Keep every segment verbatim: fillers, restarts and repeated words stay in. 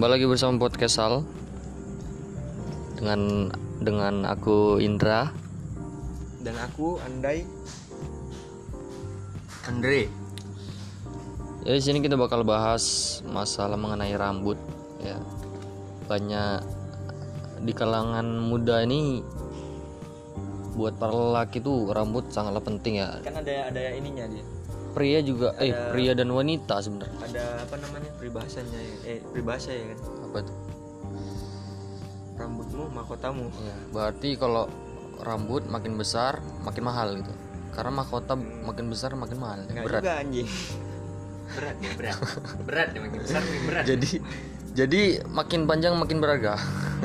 Jumpa lagi bersama podcast Sal dengan dengan aku Indra dan aku Andai Andre. Ya, di sini kita bakal bahas masalah mengenai rambut ya. Banyak di kalangan muda ini, buat para lelaki tuh rambut sangatlah penting ya. Kan ada ada ininya dia. Pria juga Ada, eh pria dan wanita sebenarnya. Ada apa namanya? Peribahasanya ya. Eh peribahasa ya kan. Apa tuh? Rambutmu mahkotamu. Ya, berarti kalau rambut makin besar makin mahal gitu. Karena mahkota makin besar makin mahal. Enggak Berat. juga anjing. Berat ya, berat. Berat ya, makin besar makin berat. Jadi jadi makin panjang makin berharga.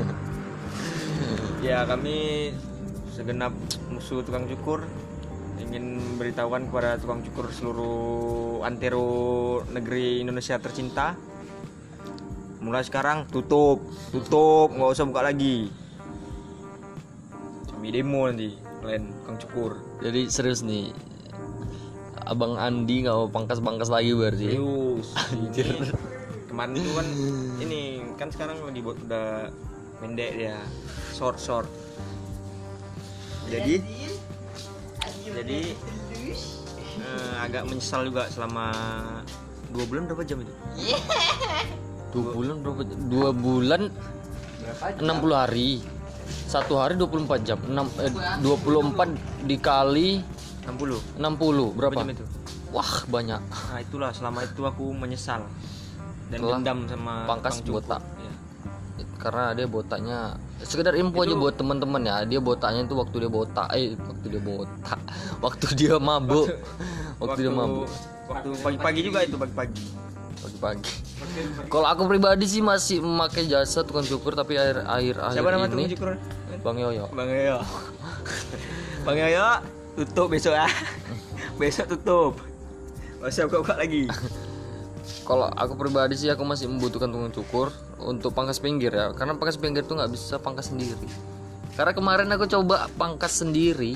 Ya, kami segenap musuh tukang cukur ingin beritahukan kepada tukang cukur seluruh antero negeri Indonesia tercinta, mulai sekarang tutup, tutup, nggak usah buka lagi. Kami demo nanti kalian tukang cukur. Jadi serius nih, Abang Andi nggak mau pangkas-pangkas lagi berarti. Serius. Anjir. Ini, kemarin itu kan ini kan sekarang lagi buat udah pendek ya, short short. Jadi jadi eh, agak menyesal juga selama dua bulan berapa jam itu? Dua bulan berapa? Dua bulan enam puluh hari. Satu hari dua puluh empat jam. Enam eh, dua puluh empat dikali enam puluh. enam puluh berapa? Jam itu? Wah, banyak. Nah, itulah selama itu aku menyesal dan Telah dendam sama pangkas tukang cukur. botak. Ya. Karena dia botaknya, sekedar info aja Itu- buat teman-teman ya, dia botaknya itu waktu dia botak eh waktu dia botak waktu dia mabuk waktu, dia mabuk Waktu pagi-pagi juga itu pagi-pagi. pagi-pagi. Kalau aku pribadi sih masih memakai jasa tukang cukur, tapi akhir akhir akhir Siapa nama ini tukang cukur? Bang Yoyo. Bang Yoyo. Bang Yoyo tutup besok ya. Besok tutup. Gak usah buka-buka lagi. Kalau aku pribadi sih aku masih membutuhkan tukang cukur untuk pangkas pinggir ya, karena pangkas pinggir tuh nggak bisa pangkas sendiri. Karena kemarin aku coba pangkas sendiri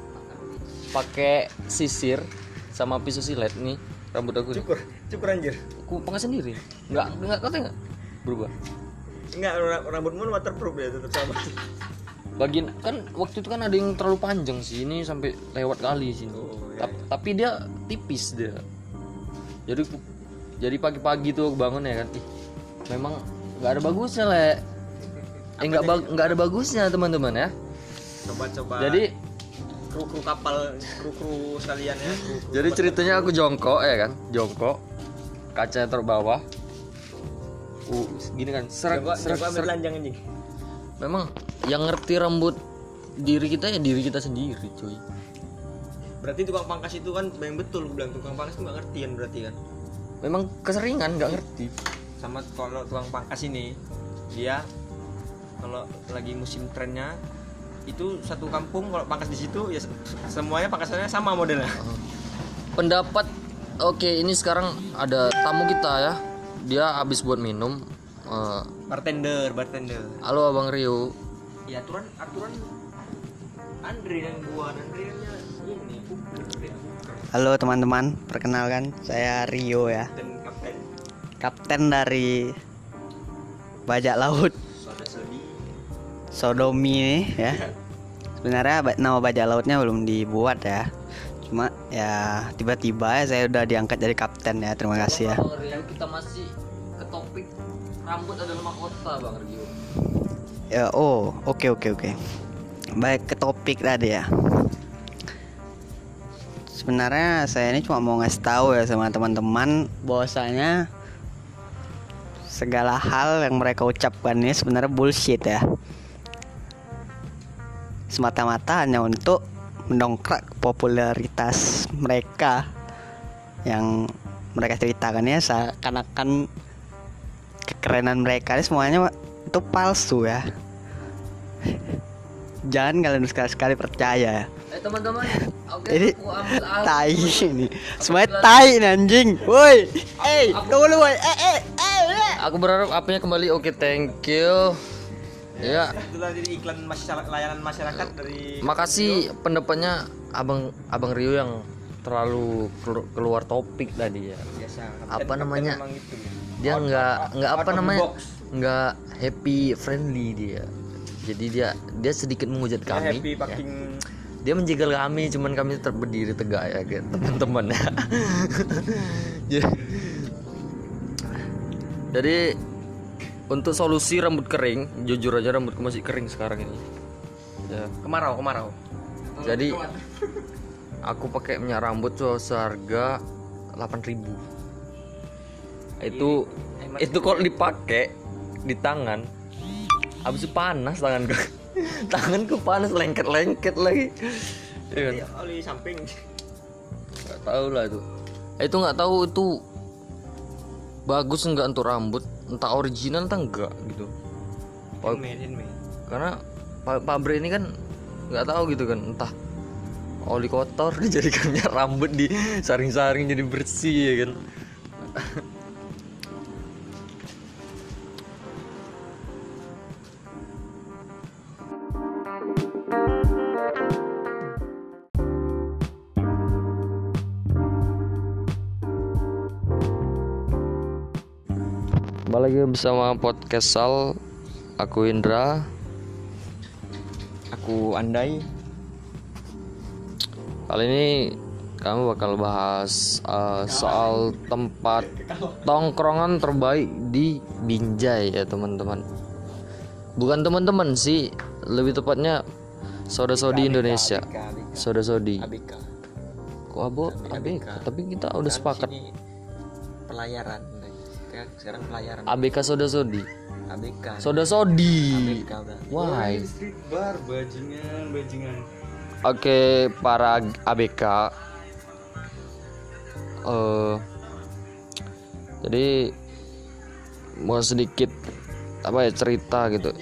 pakai sisir sama pisau silet nih rambut aku nih. Cukur, cukur anjir. Aku pangkas sendiri, nggak nggak kata nggak berubah. Enggak, rambutmu waterproof ya, tetap sama. Bagian kan waktu itu kan ada yang terlalu panjang sih, ini sampai lewat kali sini. Oh, iya, Ta- Tapi dia tipis dia. Jadi jadi pagi-pagi tuh aku bangun ya kan, ih, memang nggak ada bagusnya le. Eh nggak bag- nggak ada bagusnya teman-teman ya. Coba-coba. Jadi kru-kru kapal, kru-kru sekalian ya. Kru-kru jadi ceritanya aku jongkok ya kan, jongkok, kaca terbawah. Uh, gini kan, serak Coba, serak, coba ambil serak. telanjang anjing. Memang yang ngerti rambut diri kita ya diri kita sendiri, cuy. Berarti tukang pangkas itu kan yang betul, gue bilang tukang pangkas itu nggak ngertian berarti kan. Memang keseringan nggak ngerti. Sama kalau tukang pangkas ini, dia kalau lagi musim trennya itu satu kampung kalau pangkas di situ ya semuanya pangkasannya sama modelnya. Pendapat oke, ini sekarang ada tamu kita ya. Dia habis buat minum. Eh, Bartender, bartender. halo Abang Rio. Ya aturan aturan Andre yang buat Andre ini Halo teman-teman, perkenalkan saya Rio ya, dan kapten kapten dari bajak laut Soda Sodi. Sodomi nih ya. Sebenarnya ba- nama bajak lautnya belum dibuat ya, cuma ya tiba-tiba ya saya udah diangkat jadi kapten ya. Terima kasih ya. Bang Rio, kita masih ke topik rambut adalah mahkota Bang Rio. Ya oh oke oke oke. Baik, ke topik tadi ya. Sebenarnya saya ini cuma mau ngasih tahu ya sama teman-teman bahwasanya segala hal yang mereka ucapkan ini sebenarnya bullshit ya. Semata-mata hanya untuk mendongkrak popularitas mereka yang mereka ceritakan ya, seakan-akan kekerenan mereka ini semuanya itu palsu ya. Jangan kalian sekali-sekali percaya ya. Eh teman-teman, oke Ini aku ambil alih. tai ini. Semuanya tai nih anjing. Woi, eh, tunggu dulu woi. Eh, eh, eh, eh. Aku berharap apinya kembali. Oke, thank you. Ya, Itulah jadi iklan masyarakat, layanan masyarakat dari makasih pendapatnya Abang Abang Rio yang terlalu kelu- keluar topik tadi ya. biasa. Apa namanya? Memang gitu. Dia Out- nggak out- nggak out apa of the namanya box. nggak happy friendly dia. Jadi dia dia sedikit menghujat Dia kami. happy ya. fucking Dia menjegal kami, cuman kami tetap berdiri tegak ya kayak teman-teman ya. Jadi- Jadi untuk solusi rambut kering, jujur aja rambutku masih kering sekarang ini. Ya, kemarau kemarau. jadi aku pakai minyak rambut tuh seharga delapan ribu. Itu itu kalau dipakai di tangan, habis itu panas tanganku. Tanganku panas, lengket-lengket lagi. Iya kan? Oli samping. Nggak tahu lah itu. Eh, itu nggak tahu itu bagus enggak untuk rambut, entah original entah enggak gitu. Pa- Handmade, handmade. Karena pa- pabrik ini kan nggak tahu gitu kan, entah oli kotor dijadikannya rambut di saring-saring jadi bersih ya kan. Kembali lagi bersama podcast Sal. Aku Indra. Aku andai. Kali ini kami bakal bahas uh, soal tempat tongkrongan terbaik di Binjai ya teman-teman. Bukan teman-teman sih, lebih tepatnya saudara-saudari Indonesia. Saudara-saudari. A B K. Kok abo A B K? Tapi kita udah sepakat. Sini pelayaran. Kita sekarang pelayaran. A B K saudara-saudari. A B K. Saudara-saudari. A B K udah. Why? Street bar, bajingan, bajingan. Oke, para A B K. Eh, jadi mau sedikit apa ya cerita gitu.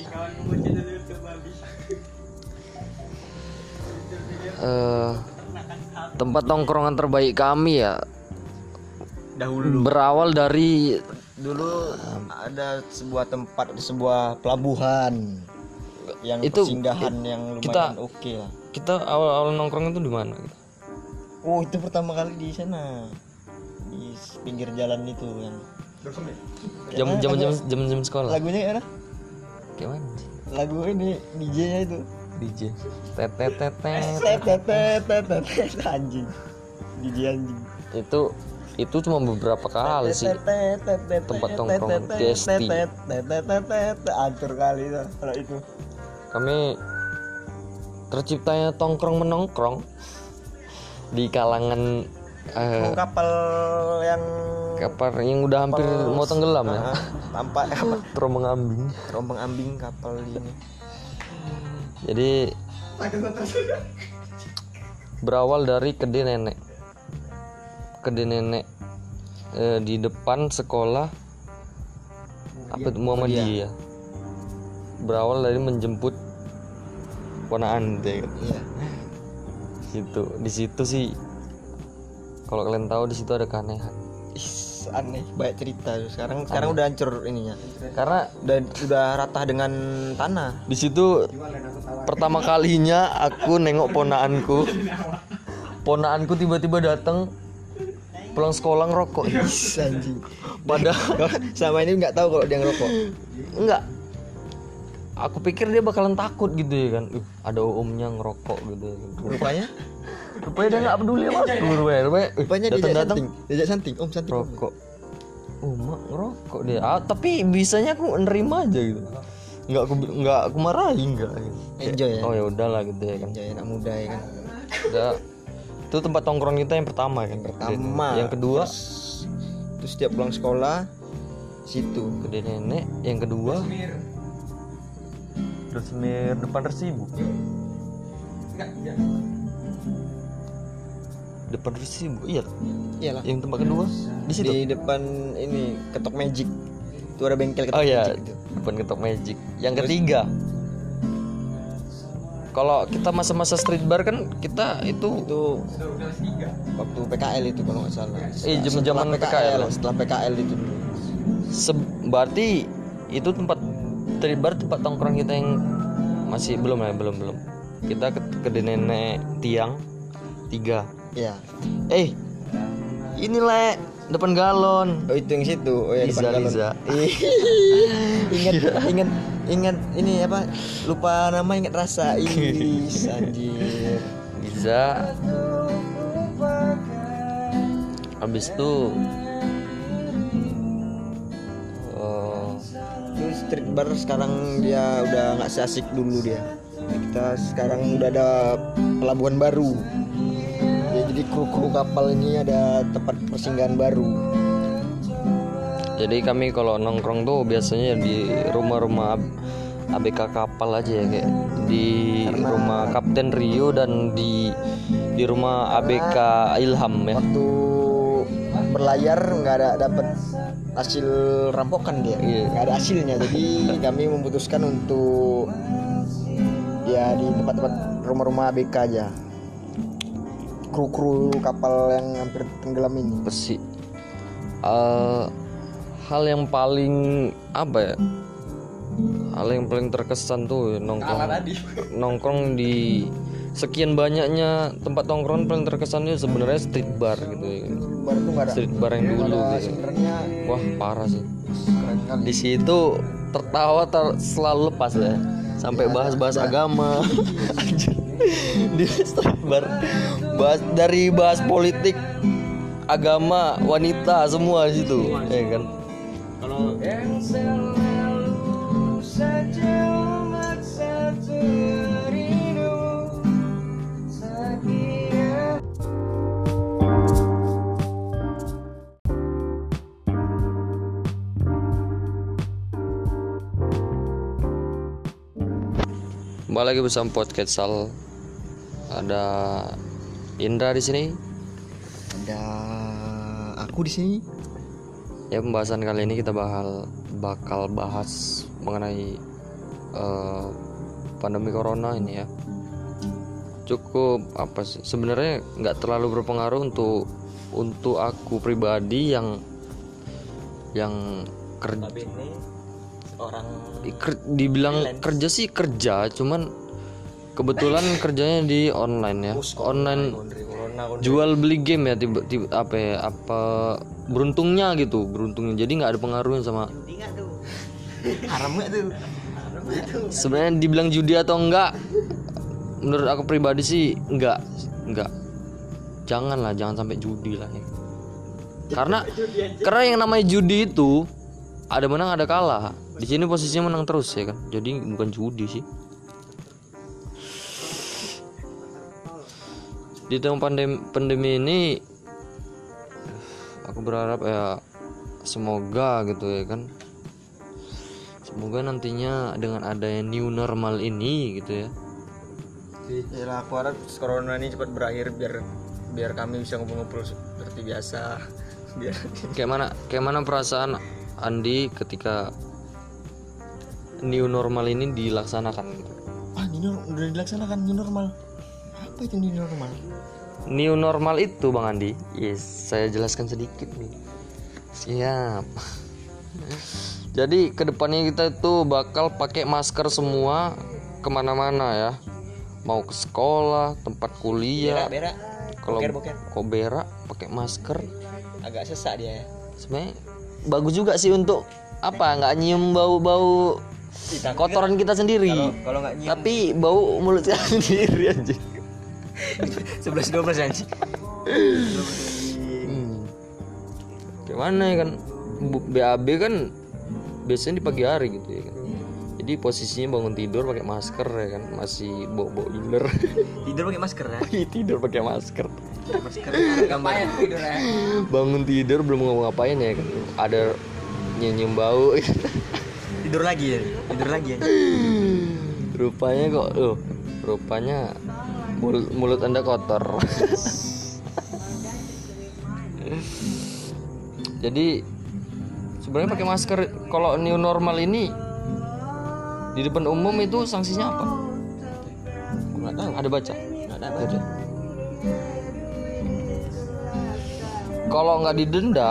Eh, tempat tongkrongan terbaik kami ya Dahulu berawal dari dulu ada sebuah tempat, sebuah pelabuhan yang Itu- persinggahan yang lumayan kita- oke lah. kita awal-awal nongkrong itu di mana? Oh, itu pertama kali di sana. Di pinggir jalan itu yang Jam jam jam jam jam sekolah. lagunya ya, Kayak mana? lagu ini D J-nya itu. D J. Tet tet tet tet. Tet, tet, tet, tet, tet, tet, anjing. D J anjing. Itu itu cuma beberapa kali sih. Tempat tongkrongan G S T. Ancur kali itu kalau itu. Kami terciptanya tongkrong menongkrong di kalangan eh, Oh, kapal yang kapal yang udah hampir kapal- mau tenggelam ya. Ah, tampak apa? Terombang ambing. Terombang ambing kapal ini. Jadi berawal dari kedai nenek. Kedai nenek eh, di depan sekolah apa itu Muhammadiyah. Berawal dari menjemput ponaan deh. Iya. Situ di situ sih kalau kalian tahu di situ ada keanehan. Is, aneh, banyak cerita. Sekarang sekarang udah hancur ininya. Karena Udah udah rata dengan tanah. di situ pertama kalinya aku nengok ponaanku. Ponaanku tiba-tiba datang pulang sekolah ngerokok. Is, anjing. Padahal Sama ini nggak tahu kalau dia ngerokok. enggak. Aku pikir dia bakalan takut gitu ya kan. Uh, ada omnya ngerokok gitu. Rupanya Rupanya dia nggak peduli sama aku. Rupanya, rupanya, uh, rupanya diajak datang-datang santing. Diajak santing. Om santing. Om. rokok. Oh mak ngerokok dia. Ah, tapi bisanya aku nerima aja gitu. Nggak aku nggak aku marahin nggak. Gitu. Enjoy ya. Oh ya udahlah gitu ya kan. Enjoy anak muda ya kan. Udah. Itu tempat tongkrong kita yang pertama kan. Pertama. Yang kedua Terus, terus setiap pulang sekolah situ. kedai nenek. Yang kedua Resmir depan Resibu. Depan Resibu. Iya. Iyalah. Yang tempat kedua di situ. Di depan ini Ketok Magic. Itu ada bengkel Ketok Oh iya, Magic itu. depan Ketok Magic. Yang ketiga, kalau kita masa-masa street bar kan kita itu Itu waktu P K L itu kalau nggak salah. Eh, jam-jaman Setelah P K L. Setelah P K L itu. se- berarti itu tempat street bar, tempat tongkrong kita yang masih belum ya, belum belum. Kita ke kedai nenek tiang tiga. Iya. Eh, ini le depan galon. Oh itu yang situ. Oh ya Liza, depan galon. Liza. Ih, ingat ingat ingat ini apa? Lupa nama ingat rasa. Ih, anjir. Liza. Habis itu oh, Itu street bar sekarang dia udah nggak seasik dulu dia. Kita sekarang udah ada pelabuhan baru. Ya, jadi kru-kru kapal ini ada tempat persinggahan baru. jadi kami kalau nongkrong tuh biasanya di rumah-rumah A B K kapal aja ya, kayak di rumah Kapten Rio dan di di rumah A B K Ilham ya. Waktu berlayar nggak ada dapat hasil rampokan dia, Iya. nggak ada hasilnya. Jadi kami memutuskan untuk ya di tempat-tempat rumah-rumah A B K aja. Kru-kru kapal yang hampir tenggelam ini. Besi. Eh, hal yang paling apa ya? Hal yang paling terkesan tuh nongkrong nongkrong di sekian banyaknya tempat nongkrong paling terkesannya sebenarnya street bar gitu ya. Bar tuh nggak ada. Street bar yang dulu Ada gitu. sebenarnya Wah parah sih. keren kali. Di situ tertawa ter- selalu lepas ya. Sampai bahas-bahas agama. Anjir. Di street bar bahas dari bahas politik, agama, wanita semua di situ, ya kan? Kalau Kembali lagi bersama podcast Sal. Ada Indra di sini. ada aku di sini. Ya, pembahasan kali ini kita bakal bakal bahas mengenai eh, pandemi corona ini ya. Cukup apa sih? Sebenarnya nggak terlalu berpengaruh untuk untuk aku pribadi yang yang kerja ini orang ker- dibilang kerja sih kerja, cuman kebetulan kerjanya di online ya. Online jual beli game ya, tiba, tiba apa ya, apa beruntungnya gitu, beruntungnya. Jadi nggak ada pengaruhnya sama. haram nggak tuh? Sebenarnya dibilang judi atau enggak, menurut aku pribadi sih enggak, enggak. Janganlah, jangan sampai judi lah ya. Karena karena yang namanya judi itu ada menang ada kalah. Di sini posisinya menang terus ya kan. Jadi bukan judi sih. Di tengah pandemi, pandemi ini aku berharap ya semoga gitu ya kan. Semoga nantinya dengan adanya new normal ini gitu ya. Ya lah, aku harap corona ini cepat berakhir biar biar kami bisa ngumpul-ngumpul seperti biasa. Biar Kayak mana kayak mana perasaan Andi ketika new normal ini dilaksanakan? ah ini udah dilaksanakan new normal. Apa itu new normal? New normal itu Bang Andi, yes, saya jelaskan sedikit nih. Siap. Jadi kedepannya kita itu bakal pakai masker semua kemana-mana ya. Mau ke sekolah, tempat kuliah. Berak, Kalau boker, boker. kok berak pakai masker. Agak sesak dia ya. Sebenarnya bagus juga sih untuk apa? Nggak nyium bau-bau kotoran kita sendiri. Kalau kalau nggak nyium Tapi bau mulut kita sendiri aja. sebelas dua belas anjing. Hmm. Gimana ya kan? Bu- B A B kan biasanya di pagi hari gitu ya kan. Jadi posisinya bangun tidur pakai masker ya kan, masih bau-bau iler. Tidur pakai masker ya. Tidur pakai masker. Masker gambar tidur ya. Bangun tidur belum ngomong ngapain ya kan. Ada nyium bau. Tidur lagi ya. Tidur lagi ya. Rupanya kok loh, rupanya mulut, mulut Anda kotor. Jadi sebenarnya pakai masker kalau new normal ini di depan umum itu sanksinya apa? Nggak tahu. Ada baca? Nggak ada baca. Kalau nggak didenda,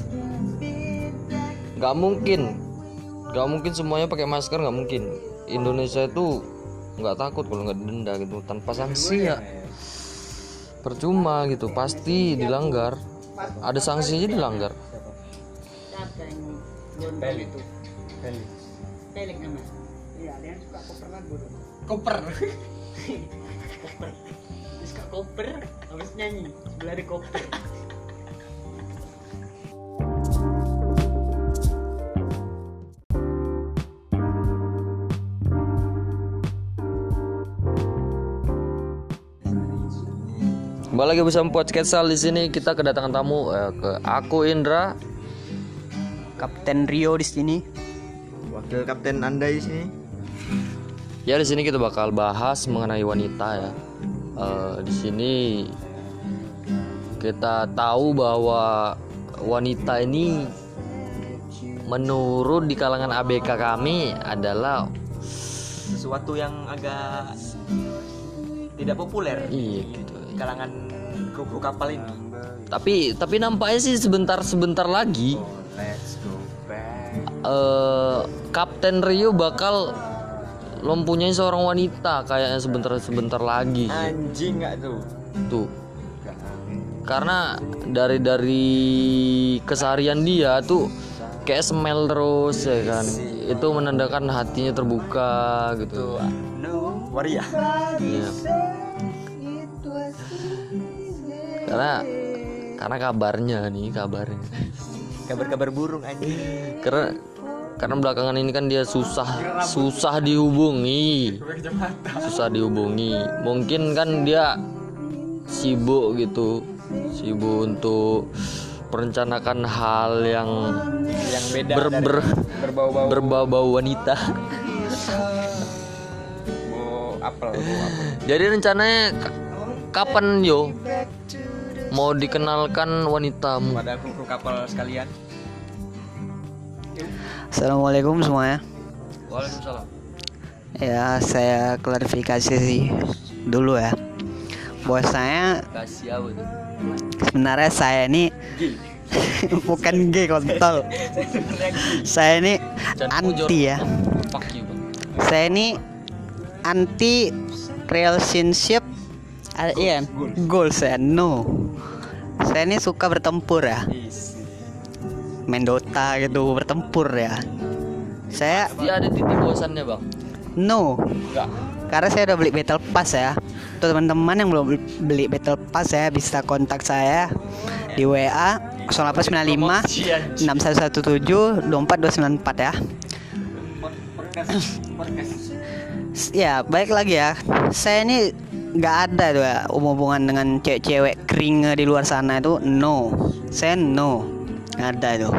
nggak mungkin, nggak mungkin semuanya pakai masker, nggak mungkin. Indonesia itu nggak takut kalau nggak didenda gitu, tanpa sanksi ya percuma gitu, pasti dilanggar. ada sanksinya dilanggar. Siapa yang gondol itu? Felix. Felix nama. Iya, dia suka koper lagu dong. Koper. Koper. Dia suka koper, habis nyanyi. Sebelah ada koper. Kembali lagi bersama podcast Sal. Di sini kita kedatangan tamu eh, ke aku Indra. Kapten Rio di sini. Wakil kapten Anda di sini. Ya, di sini kita bakal bahas mengenai wanita ya. Eh, di sini kita tahu bahwa wanita ini menurut di kalangan A B K kami adalah Sesuatu yang agak tidak populer iya di gitu. kalangan kru-kru kapal ini. Tapi tapi nampaknya sih sebentar-sebentar lagi Let's go back. eh, Kapten Rio bakal mempunyai seorang wanita kayaknya sebentar-sebentar lagi Anjing nggak tuh? tuh. Karena dari dari keseharian dia tuh kayak smell terus ya kan. Itu menandakan hatinya terbuka gitu. No. Waria. Iya. Karena karena kabarnya nih kabarnya. Kabar-kabar burung anjing. Karena karena belakangan ini kan dia susah susah dihubungi. Susah dihubungi. Mungkin kan dia sibuk gitu. Sibuk untuk merencanakan hal yang Yang beda ber, dari ber, berbau-bau berbau-bau wanita. bau apel, bau apel. Jadi rencananya k- kapan yo mau dikenalkan wanitamu? Pada kru-kru kapal sekalian. Assalamualaikum semuanya. Waalaikumsalam. Ya, saya klarifikasi sih dulu ya. Bahwasanya Kasih apa tuh? sebenarnya saya ini bukan gay kontol. Saya ini anti ya. Fuck you, Bang. Saya ini anti relationship. Ah, iya, goals ya. No. Saya ini suka bertempur ya. Main Dota gitu, bertempur ya. Saya Dia ada titik bosannya, Bang. no. Enggak. Karena saya udah beli Battle Pass ya. Untuk teman-teman yang belum beli Battle Pass ya bisa kontak saya di W A nol delapan sembilan lima enam satu satu tujuh dua empat dua sembilan empat ya. Ya, baik lagi ya. Saya ini nggak ada tuh ya hubungan dengan cewek-cewek kering di luar sana itu. No. Saya no. Nggak ada tuh.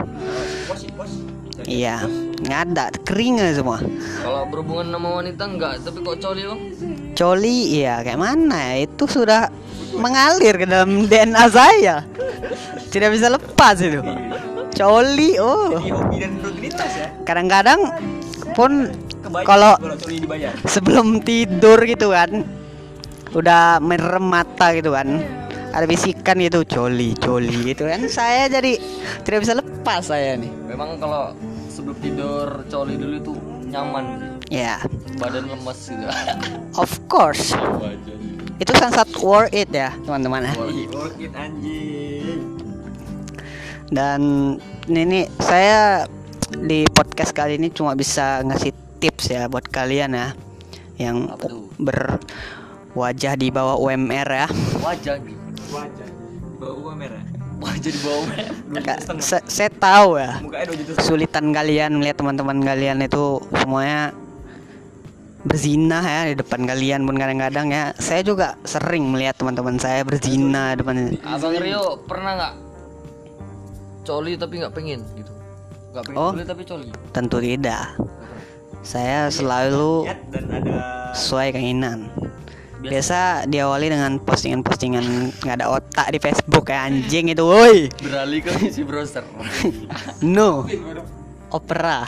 Iya, nggak ada. Kering semua. Kalau berhubungan sama wanita enggak, tapi kok coli, Bang? Coli, iya kayak mana ya? Itu sudah mengalir ke dalam D N A saya. Tidak bisa lepas itu. Coli, oh. Jadi hobi dan rutinitas ya. Kadang-kadang pun Kebayang kalau kalau coli dibayar. sebelum tidur gitu kan, udah merem mata gitu kan, ada bisikan gitu, coli, coli gitu kan. Saya jadi tidak bisa lepas saya nih. Memang kalau sebelum tidur coli dulu itu nyaman sih. Ya, Badan lemas gitu. of course. Itu sangat worth it ya, teman-teman ya. Worth it anjing. Dan ini saya di podcast kali ini cuma bisa ngasih tips ya buat kalian ya yang Apa tuh? berwajah di bawah U M R ya. Wajah gitu. Wajah. Bau merah. Wajah di bawah. Ka- se- saya tahu ya Mukanya dua juta. kesulitan kalian melihat teman-teman kalian itu semuanya berzina ya di depan kalian pun kadang-kadang ya. Saya juga sering melihat teman-teman saya berzina depan. Abang Rio pernah nggak coli tapi nggak pengen gitu? Nggak pengen Oh. coli tapi coli. Tentu tidak. Saya selalu Lihat dan ada sesuai keinginan. Biasa diawali dengan postingan-postingan nggak ada otak di Facebook kayak anjing itu, woi. Beralih ke isi browser. No. Opera.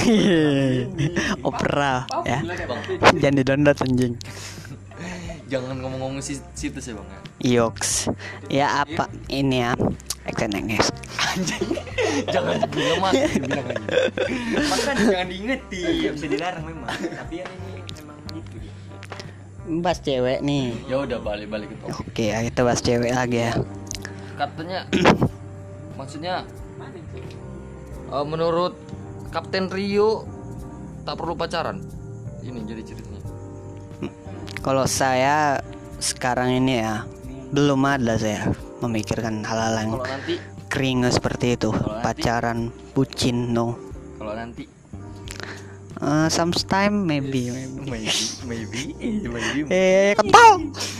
Opera ya. Jangan di-download anjing. Jangan ngomong-ngomong si- situs ya, Bang ya. Yoks. Ya apa ini ya? X N X. Jangan dibilang mati, bilang aja. Maka jangan diingetin, bisa dilarang memang. Tapi ya ini memang gitu dia. Bahas cewek nih. Ya udah balik-balik ke topik. Oke, ya kita bahas cewek lagi ya. Katanya Maksudnya Mana itu? eh, menurut Kapten Rio tak perlu pacaran. Ini jadi ceritanya. Kalau saya sekarang ini ya belum ada saya memikirkan hal-hal yang Kalau nanti, keringat seperti itu, Kalau nanti- pacaran, bucin, no. kalau nanti Uh, sometime maybe. maybe, maybe, maybe. Eh, ketau.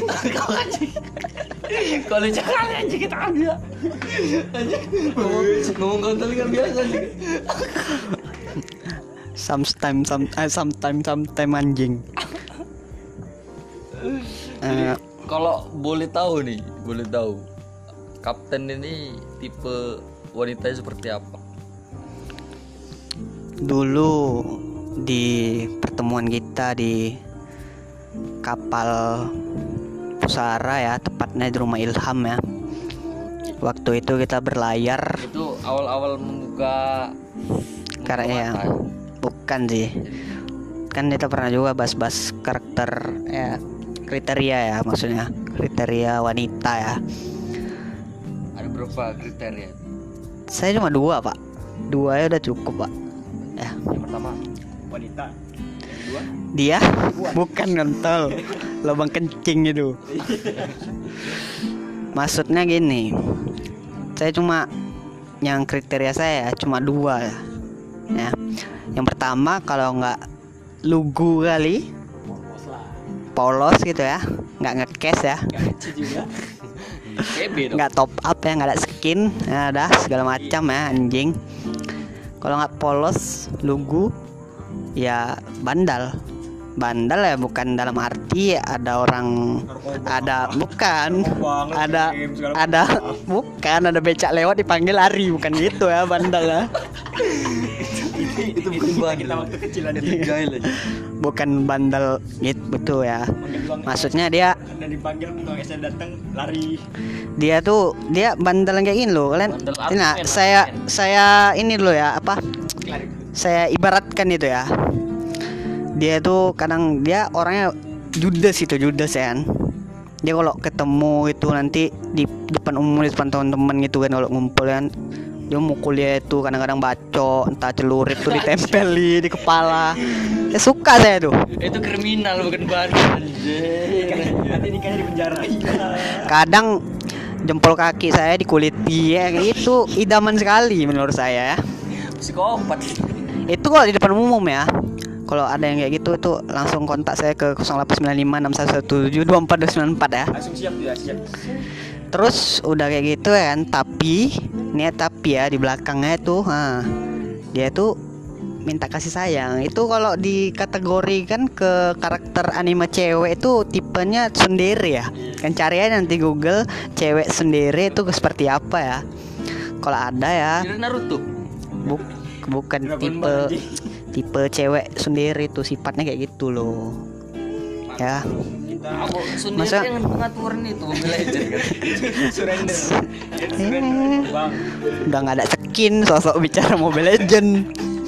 Kalau jangan aja kita ada. Ngomong kontol kan biasa aja. Sometime, some, uh, sometime, sometime anjing. Uh, Kalau boleh tahu nih, boleh tahu. Kapten ini tipe wanitanya seperti apa? dulu di pertemuan kita di kapal Pusara ya, tepatnya di rumah Ilham ya. Waktu itu kita berlayar, Itu awal-awal membuka karena ya, mata. bukan sih. Kan kita pernah juga bahas-bahas karakter ya, kriteria ya, maksudnya kriteria wanita ya. Ada berapa kriteria? Saya cuma dua pak, dua ya udah cukup pak. Ya, Yang pertama wanita, yang kedua dia bukan kontol, lubang kencing itu. Maksudnya gini, saya cuma yang kriteria saya cuma dua ya. Ya. Yang pertama kalau nggak lugu kali, Bos lah. polos gitu ya, nggak ngekes ya, Kecil juga. K B dong. nggak top up ya, nggak ada skin, ya ada segala macam ya anjing. Kalau nggak polos, lugu, ya bandal. Bandal ya bukan dalam arti ada orang, ada bukan, ada ada bukan ada becak lewat dipanggil lari, bukan gitu ya bandal ya. Itu bukan bandel. kita waktu kecil aja Gail aja. Bukan bandal gitu betul ya. panggil doang Maksudnya dia dan dipanggil tukang es datang lari. dia tuh dia bandel yang kayak gini loh kalian. Bandel Nah, artimen, saya artimen. saya ini dulu ya apa? Lari. Saya ibaratkan itu ya. Dia tuh kadang dia orangnya judes itu, judes ya kan. Dia kalau ketemu itu nanti di depan umum, di depan teman-teman gitu kan, kalau ngumpul kan dia mukul dia itu kadang-kadang bacok, entah celurit tuh ditempeli di kepala. Ya suka saya tuh. Itu kriminal bukan bandel. Anjir. Nanti nikahnya di penjara. Kadang jempol kaki saya dikuliti ya, itu idaman sekali menurut saya ya. Psikopat. Itu kalau di depan umum ya. Kalau ada yang kayak gitu itu langsung kontak saya ke nol delapan sembilan lima enam satu satu tujuh dua empat dua sembilan empat ya. Langsung siap ya, siap. Terus udah kayak gitu ya kan, tapi niat tapi ya di belakangnya itu, ha, dia tuh minta kasih sayang. Itu kalau dikategorikan ke karakter anime cewek itu tipenya tsundere ya. Kan cari aja nanti Google cewek tsundere itu seperti apa ya. Kalau ada ya, Kira Naruto. buk, bukan Dragon tipe Ball, anjing. tipe cewek tsundere itu sifatnya kayak gitu loh. Ya. Kita Aku sendiri Masa- yang pengaturan itu Mobile Legends kan. surrender. Eh, Bang. udah nggak ada skin, sosok bicara Mobile Legend.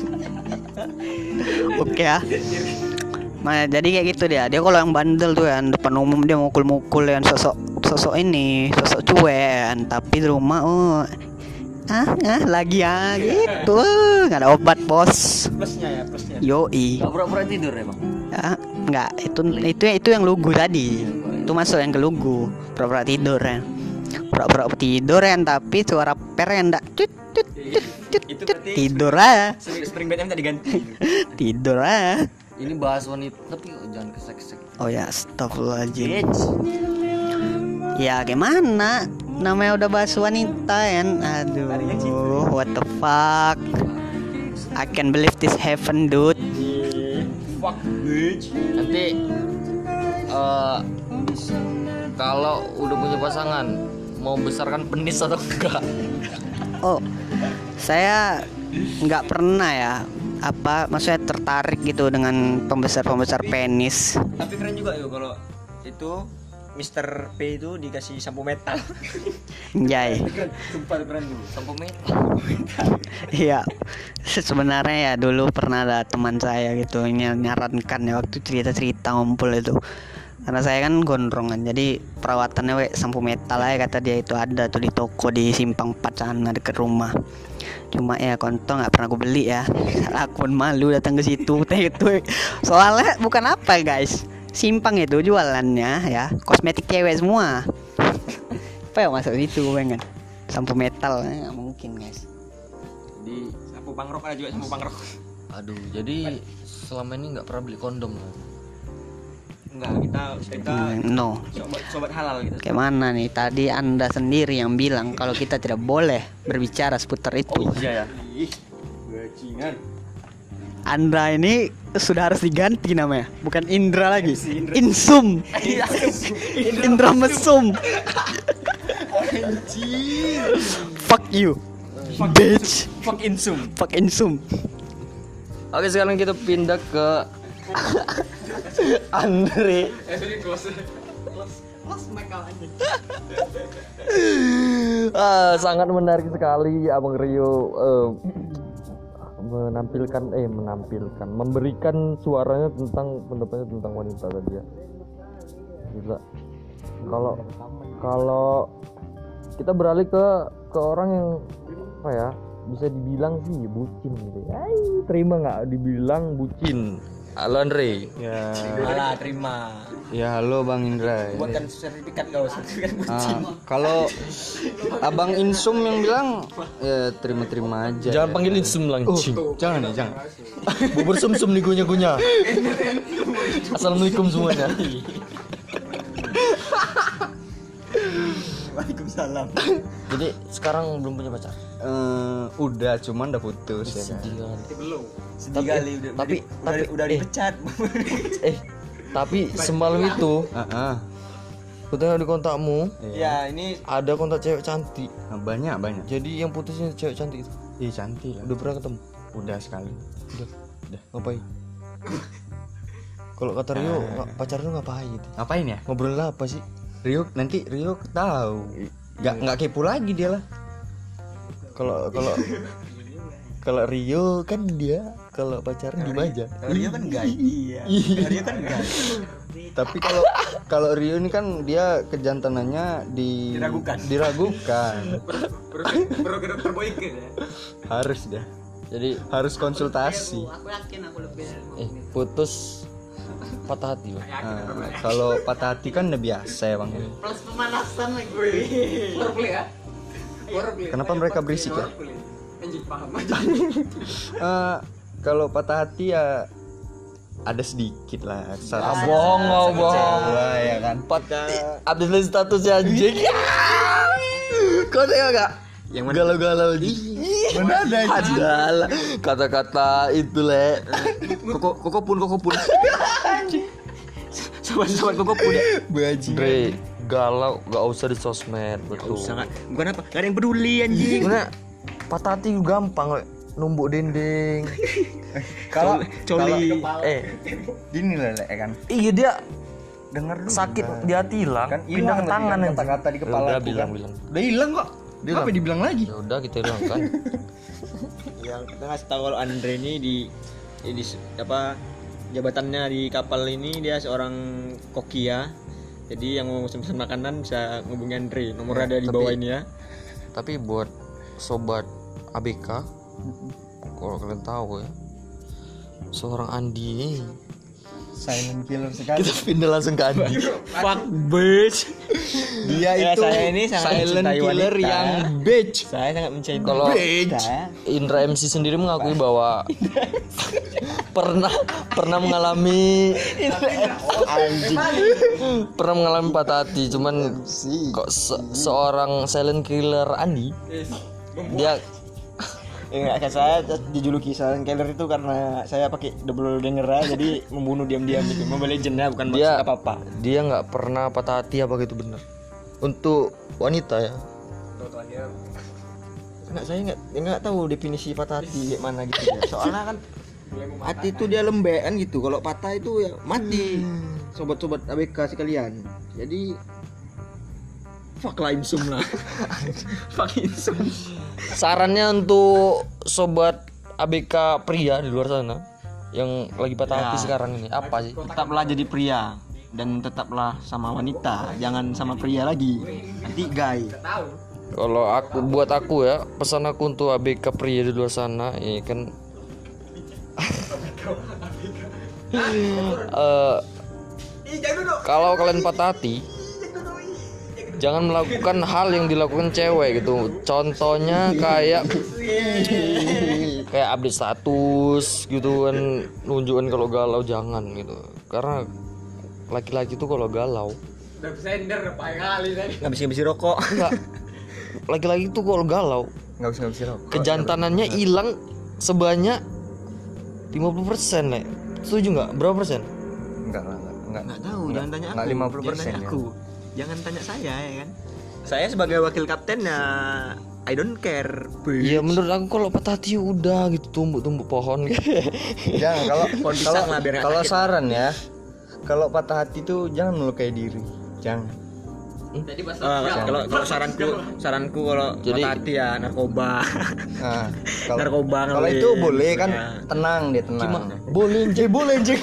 Oke ya. Nah, jadi kayak gitu dia. Dia kalau yang bandel tuh kan depan umum dia mukul-mukul yang sosok sosok ini, sosok cuek kan. Tapi di rumah oh ah, ah lagi ya gitu. Nggak ada obat, Bos. Plusnya ya, plusnya. Yoi. Gak pura-pura tidur ya bang. Ya, enggak, itu itu itu yang lugu tadi. Itu masuk yang ke lugu. Pura-pura tidur ya. Pura-pura tidur ya, tapi suara per yang enggak cut cut cut cut, Itu cut. berarti Tidur aja. Spring, spring bednya minta diganti. Tidur aja. Ini bahas wanita tapi jangan kesek-kesek. Oh ya, astagfirullahaladzim. Bitch. Ya gimana? Namanya udah bahas wanita kan. Aduh, what the fuck? I can believe this heaven, dude. Fuck bitch. Nanti eh kalau udah punya pasangan mau besarkan penis atau enggak? Oh, saya nggak pernah ya. Apa maksudnya tertarik gitu dengan pembesar-pembesar penis. Tapi keren juga yo kalau itu mister P itu dikasih sampo metal. Anjay. Keren, sumpah keren tuh. Sampo metal. Iya. Sebenarnya ya dulu pernah ada teman saya gitu yang nyarankan ya waktu cerita-cerita ngumpul itu. Karena saya kan gondrongan, jadi perawatannya we sampo metal aja kata dia itu ada tuh di toko di Simpang empat sana deket rumah. Cuma ya kontol nggak pernah aku beli ya. Aku pun malu datang ke situ teh itu. Soalnya bukan apa guys, Simpang itu jualannya ya kosmetik cewek semua. Apa ya masuk situ pengen sampo metal nggak mungkin guys. Di sapu pangrok ada juga sapu pangrok. Aduh, jadi selama ini nggak pernah beli kondom. Enggak, kita kita No. sobat, sobat halal gitu. Kayak mana nih tadi Anda sendiri yang bilang kalau kita tidak boleh berbicara seputar itu. Iya ya. Bajingan. Anda ini sudah harus diganti namanya, bukan Indra lagi. Insum. Indra mesum. Fuck you. Bitch. Fuck insum. Fuck insum. Oke, sekarang kita pindah ke Andre. Ah, sangat menarik sekali Abang Rio eh, menampilkan eh menampilkan memberikan suaranya tentang pendapatnya tentang wanita tadi ya. Gila. Kalau kalau kita beralih ke ke orang yang apa ya, bisa dibilang sih bucin gitu. Ay, terima nggak dibilang bucin? Halo Andre. Ya. Alah, terima. Ya halo Bang Indra. Buatkan sertifikat kau, sertifikat Ah, bucin. kalau Abang Insum yang bilang ya terima-terima aja. Jangan panggil insum langsung. Oh, jangan ya, jangan. Bubur sumsum nih gunya-gunya. Assalamualaikum semuanya. Waalaikumsalam. Jadi sekarang belum punya pacar. Eh, udah cuman udah putus ya kan. Sedih kan. Sedih kali udah tapi- udah, tapi- udah eh. dipecat. Eh, tapi semalam itu Ah, ah. aku tengok di kontakmu Ya, ini ada kontak cewek cantik. Nah, banyak banyak. Jadi yang putusnya cewek cantik itu. Ih, cantik lah. Udah pernah ketemu? Udah sekali. Udah. Udah. Ngapain? Kalau kata Rio, nggak- pacarnya ngapain gitu? Ngapain ya? Ngobrol apa sih? Rio nanti Rio tahu. Gak nggak kepo lagi dia lah. Kalau kalau kalau Rio kan dia kalau pacaran diem aja. Rio kan enggak. Iya. Rio kan enggak. Tapi kalau kalau Rio ini kan dia kejantanannya di Diragukan. Diragukan. Bro ke dokter Boyke ya. Harus dah. Jadi Harus konsultasi. Aku yakin aku lebih. eh putus patah hati loh. Nah, kalau patah hati kan udah biasa ya Bang. Plus pemanasan lagi. Kenapa mereka berisik ya? Anjing paham aja. Eh, kalau patah hati ya ada sedikit lah. Ah, bohong nggak bohong. Wah, ya kan. Update statusnya anjing. Kau tengok gak? Yang mana? Galau-galau di. Mana ada Adalah kata-kata itu le. Koko koko pun koko pun. Sobat-sobat koko pun. bajingan. Dre, galau gak usah di sosmed betul. Sangat. Bukan apa? Gak ada yang peduli anjing. Sebenarnya patah hati gampang le. Numbuk dinding. Kalau Coli. Eh, gini lah Le, ya kan. iya dia Dengar dulu. sakit di hati hilang, Kan pindah hilang ke tadi tangan kan anjing. kata-kata di kepala Udah aku bilang kan. bilang. Udah hilang kok. Bilang. Apa dibilang lagi? Ya udah kita hilang kan. Yang kita ngasih tahu kalau Andre ini di di apa jabatannya di kapal ini dia seorang koki ya. Jadi yang mau pesan makanan bisa ngubungi Andre. Nomor ada di tapi- bawah ini ya. Tapi buat sobat A B K, kalau kalian tahu ya, seorang Andi, Silent killer sekali. kita pindah langsung ke Andi. Fuck bitch. Dia Ya, itu saya ini sangat silent mencintai killer wanita. yang bitch. Saya sangat mencintai. Kalau Bitch. Indra M C sendiri mengakui bahwa pernah pernah mengalami anjing pernah mengalami patah hati, cuman kok se- seorang silent killer Andi dia Ya, enggak, kan saya dijuluki silent killer itu karena saya pakai double denger aja, jadi membunuh diam-diam gitu. Mobile Legend ya, bukan dia maksud apa-apa. dia nggak pernah patah hati apa gitu bener untuk wanita ya. Enggak, saya enggak enggak tahu definisi patah hati kayak mana gitu ya. Soalnya kan hati itu dia lembekan gitu. Kalau patah itu ya mati. Sobat-sobat A B K sekalian. Jadi fuck lah insum lah. Fuck insum. Sarannya untuk sobat A B K pria di luar sana yang lagi patah hati Ya. sekarang ini apa sih? Tetaplah jadi pria. dan tetaplah sama wanita, jangan sama pria lagi. Nanti gay. Kalau aku buat aku ya, pesan aku untuk A B K pria di luar sana, ya kan. Eh, kalau kalian patah hati, jangan melakukan hal yang dilakukan cewek gitu. Contohnya kayak kayak update status gitu kan, nunjukin kalau galau, jangan gitu. Karena laki-laki tuh kalau galau Nggak bisa bisa rokok. enggak. Laki-laki tuh kalau galau Nggak bisa nggak bisa rokok. kejantanannya hilang sebanyak lima puluh persen, Le. Setuju nggak? Berapa persen? Enggak lah, enggak. Enggak. Nggak tahu, jangan tanya aku. Enggak lima puluh Jangan persen tanya ya. aku. Jangan tanya saya ya kan. Saya sebagai wakil kapten ya I don't care. Ya menurut aku kalau patah hati udah gitu, tumbuk-tumbuk pohon. Jangan kalau Pohon pisang lah, biar nggak kalau sakit. saran ya. Kalau patah hati tuh jangan melukai diri. Jangan. Jadi pas Eh, kalau kalau saranku saranku kalau Jadi- patah hati ya narkoba. Nah, kalau Narkoba kalau ngawin. itu boleh kan, Ya. tenang deh, tenang. Boleh anjing, boleh anjing.